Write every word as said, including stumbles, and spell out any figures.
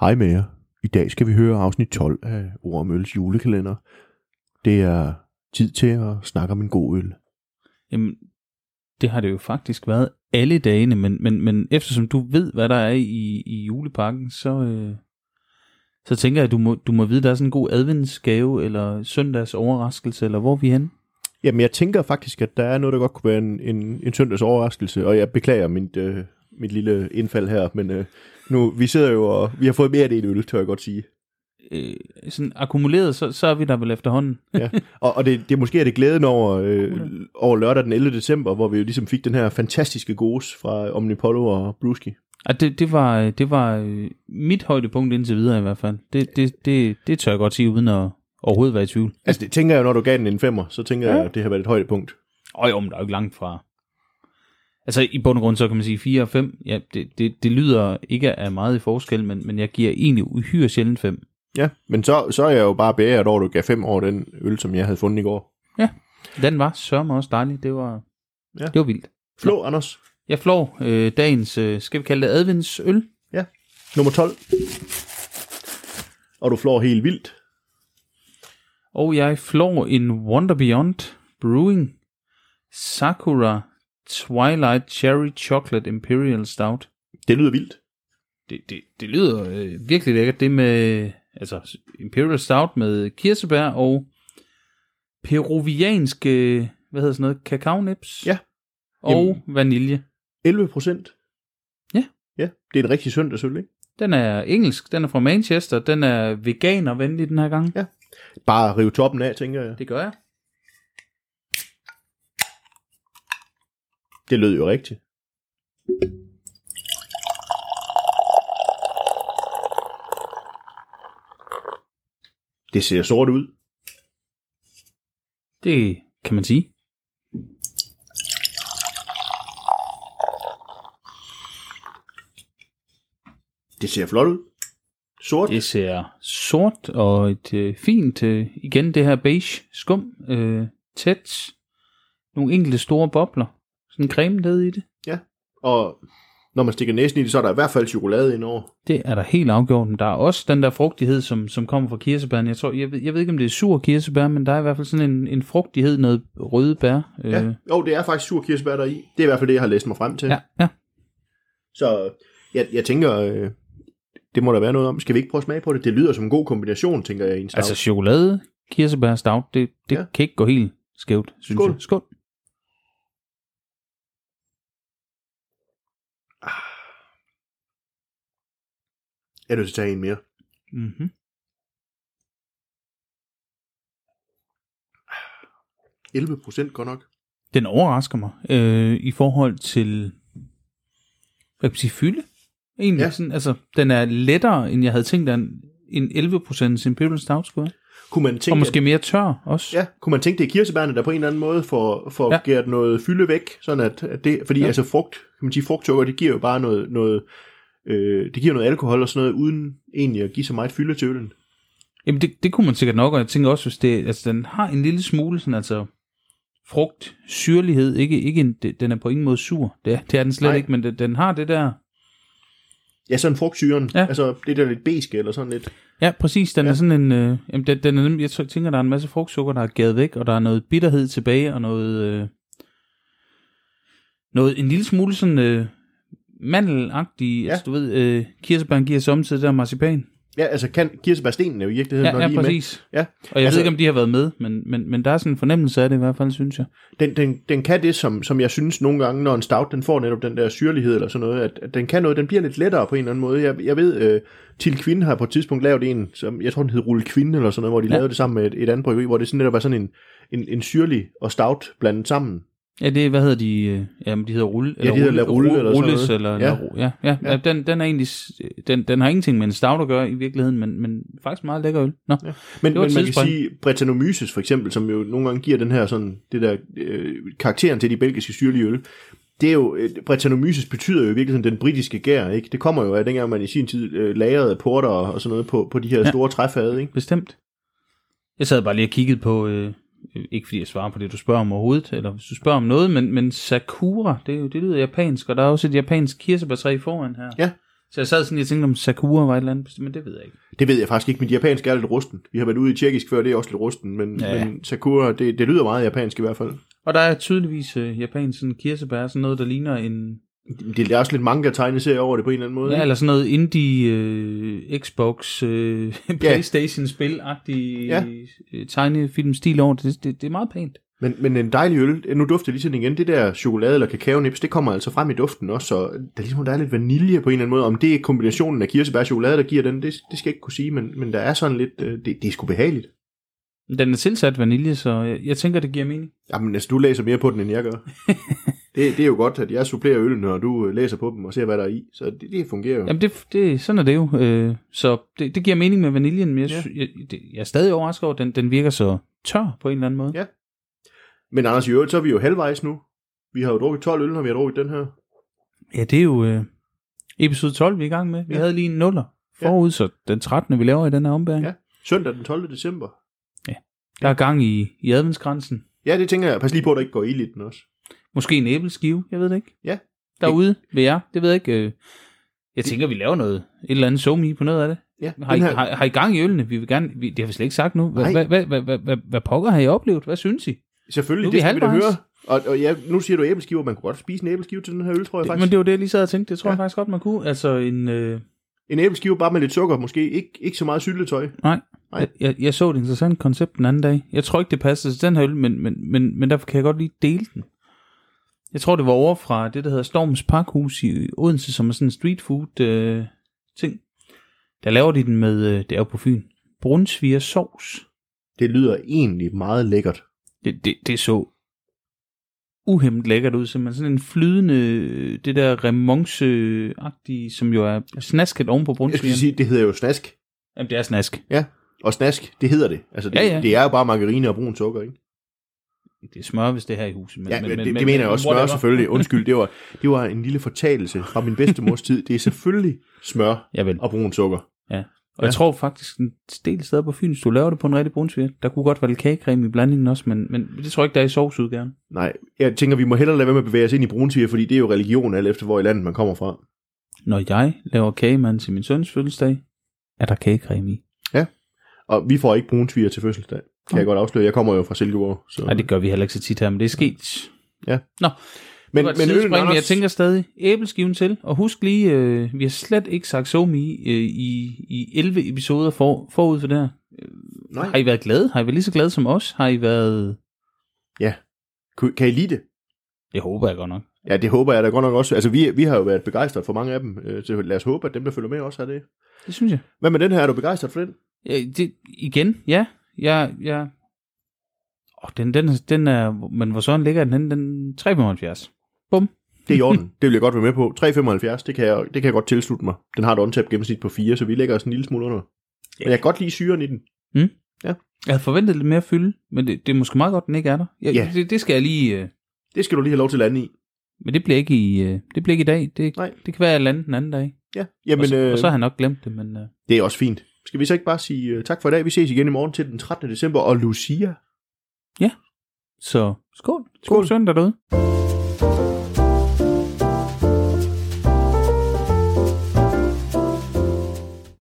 Hej med jer. I dag skal vi høre afsnit tolv af Ord & Øls julekalender. Det er tid til at snakke om en god øl. Jamen, det har det jo faktisk været alle dagene, men, men, men eftersom du ved, hvad der er i, i julepakken, så, øh, så tænker jeg, at du må, du må vide, at der er sådan en god adventsgave, eller søndags overraskelse, eller hvor er vi henne? Jamen, jeg tænker faktisk, at der er noget, der godt kunne være en, en, en søndags overraskelse, og jeg beklager mit, øh, mit lille indfald her, men øh, nu, vi sidder jo og vi har fået mere af det en øl, tør jeg godt sige. Øh, sådan akkumuleret, så, så er vi der vel efterhånden. Ja, og, og det, det måske er det glæden over, øh, over lørdag den ellevte december, hvor vi jo ligesom fik den her fantastiske gos fra Omnipollo og Brewski. Ja, det, det var, det var mit højdepunkt indtil videre i hvert fald. Det, det, det, det tør jeg godt sige, uden at overhovedet være i tvivl. Altså det tænker jeg jo, når du gav den en femmer, så tænker ja. jeg, at det har været et højdepunkt. Åh jo, men der er jo ikke langt fra. Altså i bund og grund, så kan man sige fire og fem. Ja, det, det, det lyder ikke af meget i forskel, men, men jeg giver egentlig uhyre sjældent fem. Ja, men så, så er jeg jo bare bæret over, at du gav fem over den øl, som jeg havde fundet i går. Ja, den var sørme også dejlig. Det var, ja. det var vildt. Flå, ja. Anders? Jeg flår øh, dagens, øh, skal vi kalde det adventsøl? Ja, nummer tolv. Og du flår helt vildt. Og jeg flår en Wonder Beyond Brewing Sakura Twilight Cherry Chocolate Imperial Stout. Det lyder vildt. Det, det, det lyder øh, virkelig lækkert. Det med altså Imperial Stout med kirsebær og peruvianske, hvad hedder sådan noget, kakaonips. Ja. Og Jamen, vanilje. elleve procent. Ja. Ja, det er en rigtig søndagsøl, ikke? Den er engelsk, den er fra Manchester, den er veganervenlig den her gang. Ja. Bare rive toppen af, tænker jeg. Det gør jeg. Det lød jo rigtigt. Det ser sort ud. Det kan man sige. Det ser flot ud. Sort. Det ser sort og et øh, fint, øh, igen det her beige skum, øh, tæt, nogle enkelte store bobler, sådan en creme nede i det. Ja, og når man stikker næsen i det, så er der i hvert fald chokolade indover. Det er der helt afgjort. Der er også den der frugtighed, som, som kommer fra kirsebæren. Jeg, tror, jeg, ved, jeg ved ikke, om det er sur kirsebær, men der er i hvert fald sådan en, en frugtighed, noget røde bær. Øh. Ja, jo, det er faktisk sur kirsebær der i. Det er i hvert fald det, jeg har læst mig frem til. Ja, ja. Så jeg, jeg tænker, øh, det må der være noget om. Skal vi ikke prøve at smage på det? Det lyder som en god kombination, tænker jeg, i en stout. Altså chokolade, kirsebær, stout, det, det ja. kan ikke gå helt skævt, synes Skål. jeg. Skål. Jeg er nødt til at tage en mere. Mhm. elleve procent godt nok. Den overrasker mig øh, i forhold til, hvad kan man sige, fylde. Egentlig Ja. sådan, altså, den er lettere, end jeg havde tænkt, at en elleve procent Imperial Stout skulle være. Kunne man tænke, Og måske at, mere tør også. ja, kunne man tænke, det er kirsebærne, der på en eller anden måde får, får Ja. gjort noget fylde væk, sådan at, at det, fordi Ja. altså frugt, kan man sige, frugtsukker, det giver jo bare noget, noget øh, det giver noget alkohol og sådan noget, uden egentlig at give så meget fylde til øllen. Jamen det, det kunne man sikkert nok, og jeg tænker også, hvis det, altså den har en lille smule sådan, altså frugt, syrlighed, ikke, ikke en, det, den er på ingen måde sur, det er, det er den slet Nej. ikke, men det, den har det der, Ja, sådan frugtsyren, Ja. altså det der lidt beske eller sådan lidt. ja præcis, den Ja. er sådan en, øh, jamen den, den er nemlig, jeg tror- tænker, der er en masse frugtsukker, der er gået væk, og der er noget bitterhed tilbage, og noget, øh, noget, en lille smule sådan øh, mandelagtig, Ja. altså du ved, øh, kirsebæren giver samtidig der marcipan. Ja, altså kan kirsebærstenen er jo i virkeligheden, Ja, når ja, de er med. præcis. Ja, Og jeg altså- ved ikke, om de har været med, men, men, men der er sådan en fornemmelse af det i hvert fald, synes jeg. Den, den, den kan det, som, som jeg synes nogle gange, når en stout, den får netop den der syrlighed eller sådan noget, at, at den kan noget, den bliver lidt lettere på en eller anden måde. Jeg, jeg ved, uh, Til Kvinde har på et tidspunkt lavet en, som jeg tror, den hed Rulle Kvinde eller sådan noget, hvor de ja. lavede det sammen med et, et andet bryggeri, hvor det sådan netop var sådan en, en, en syrlig og stout blandet sammen. Ja, det hvad hedder de? øh, Jamen, de hedder rulle. Ja, de hedder La Rulle eller sådan Rulles, noget. eller Ja. La Ru- ja, ja, Ja. ja. Den, den er egentlig, s- den, den har ingenting med en stout at gøre i virkeligheden, men, men faktisk meget lækker øl. Nå, Ja. Men, Det var men et man kan tidsspring. sige, Brettanomyces for eksempel, som jo nogle gange giver den her sådan, det der øh, karakteren til de belgiske syrlige øl, det er jo, øh, Brettanomyces betyder jo i virkeligheden den britiske gær, ikke? Det kommer jo af dengang, man i sin tid øh, lagrede porter og sådan noget på, på de her Ja. store træfade, ikke? bestemt. Jeg sad bare lige og kiggede på, øh, ikke fordi jeg svarer på det, du spørger om overhovedet, eller hvis du spørger om noget, men, men Sakura, det, er jo, det lyder japansk, og der er også et japansk kirsebærtræ foran her. Ja. Så jeg sad sådan, jeg tænkte om Sakura var et eller andet, men det ved jeg ikke. Det ved jeg faktisk ikke, men de japanske er lidt rusten. Vi har været ude i tjekkisk før, det er også lidt rusten, men, ja. men Sakura, det, det lyder meget japansk i hvert fald. Og der er tydeligvis uh, japansk sådan kirsebær, sådan noget, der ligner en... Det er også lidt manga-tegneserie over det på en eller anden måde. Ja, eller sådan noget indie, uh, Xbox, uh, Playstation-spil-agtig ja. tegnefilmstil over det. Det, det. Det er meget pænt. Men, men en dejlig øl, nu dufter lige sådan igen, det der chokolade eller kakaonips, det kommer altså frem i duften også, så der er ligesom, der er lidt vanilje på en eller anden måde. Om det er kombinationen af kirsebær og chokolade, der giver den, det, det skal jeg ikke kunne sige, men, men der er sådan lidt, det, det er sgu behageligt. Den er tilsat vanilje, så jeg, jeg tænker, det giver mening. Jamen, altså, du læser mere på den, end jeg gør. det, det er jo godt, at jeg supplerer øllen, når du læser på dem og ser, hvad der er i, så det, det fungerer jo. Jamen, det, det, sådan er det jo. Øh, så det, det giver mening med vaniljen, men jeg, ja. jeg, jeg, jeg er stadig overrasket over, at den, den virker så tør på en eller anden måde. Ja. Men Anders, i øvrigt, så er vi jo halvvejs nu. Vi har jo drukket tolv øl, når vi har drukket den her. Ja, det er jo øh, episode tolv, vi er i gang med. Vi ja. havde lige en nuller forud, ja. Så den trettende vi laver i den her ombæring. Ja, søndag den tolvte december. Ja, der er gang i, i adventskransen. Ja, det tænker jeg. Pas lige på, at der ikke går ild i den også. Måske en æbleskive, jeg ved det ikke. Ja. Derude ved jer, det ved jeg ikke. Jeg det... tænker, vi laver noget. Et eller andet somi på noget af det. Ja, har, I, her... har, har I gang i ølene? Vi vil gerne, vi, det har vi slet ikke sagt nu. Hvad, hvad, hvad, hvad, hvad, hvad, hvad pokker har I oplevet? Hvad synes I? Selvfølgelig, det skal vi da høre. Og, og ja, nu siger du æbleskiver, man kunne godt spise en æbleskive til den her øl, tror jeg det, faktisk. Men det var det, jeg lige sad og tænkte, det tror ja. jeg faktisk godt, man kunne. Altså en... Øh... En æbleskive bare med lidt sukker, måske ikke, ikke så meget syltetøj. Nej, Nej. Jeg, jeg, jeg så et interessant koncept den anden dag. Jeg tror ikke, det passer til den her øl, men, men, men, men derfor kan jeg godt lige dele den. Jeg tror, det var over fra det, der hedder Storms Pakhus i Odense, som er sådan en street food øh, ting. Der laver de den med, øh, det er jo på Fyn, brunsviger sovs. Det lyder egentlig meget lækkert. Det, det, det så uhæmmet lækkert ud, simpelthen sådan en flydende, det der remonce-agtige, som jo er snasket oven på brunsvigeren. Jeg skal sige, det hedder jo snask. Jamen, det er snask. Ja, og snask, det hedder det. Altså, det, ja, ja. det er jo bare margarine og brun sukker, ikke? Det er smør, hvis det er her i huset. Men, ja, men, det, men, det men, mener jeg også. Smør, whatever. selvfølgelig. Undskyld, det var, det var en lille fortalelse fra min bedstemors tid. Det er selvfølgelig smør og brun sukker. Ja, og ja. Jeg tror faktisk, en del steder på Fyn, hvis du laver det på en rigtig brunsviger, der kunne godt være lidt kagecreme i blandingen også, men, men det tror jeg ikke, der er i sovsudgaven. Nej, jeg tænker, vi må hellere lade være med at bevæge os ind i brunsviger, fordi det er jo religion, alt efter hvor i landet man kommer fra. Når jeg laver kagemand til min søns fødselsdag, er der kagecreme i. Ja, og vi får ikke brunsviger til fødselsdag. Kan jeg godt afsløre. Jeg kommer jo fra Silkeborg. Så... Nej, det gør vi heller ikke så tit her, men det er sket. Ja. Nå, men, men øl, Anders... jeg tænker stadig æbleskiven til. Og husk lige, øh, vi har slet ikke sagt somi øh, i, i elleve episoder for, forud for det her. Nej. Har I været glade? Har I været lige så glade som os? Har I været... Ja. Kan I lide det? Det håber jeg godt nok. Ja, det håber jeg da godt nok også. Altså, vi, vi har jo været begejstret for mange af dem. Så lad os håbe, at dem, der følger med, også har det. Det synes jeg. Hvad med den her? Er du begejstret for den? Ja, det, igen, ja. Jeg, jeg... Oh, den, den, den er... Men hvor sådan ligger den hen? Den tre komma femoghalvfjerds. Bum. Det er i orden. Det vil jeg godt være med på. tre komma femoghalvfjerds, det kan jeg, det kan jeg godt tilslutte mig. Den har et on-tap gennemsnit på fire, så vi lægger os en lille smule under. Ja. Men jeg kan godt lide syren i den. Mm. Ja. Jeg havde forventet lidt mere fylde, men det, det er måske meget godt, den ikke er der. Jeg, ja. det, det skal jeg lige... Uh... Det skal du lige have lov til at lande i. Men det bliver ikke i, uh... det bliver ikke i dag. Det, Nej. Det kan være, at jeg lander den anden dag. Ja. Jamen, og, så, øh... og så har jeg nok glemt det, men... Uh... Det er også fint. Skal vi så ikke bare sige uh, tak for i dag? Vi ses igen i morgen til den trettende december og Lucia. Ja. Så skål. Skål. God søndag derude.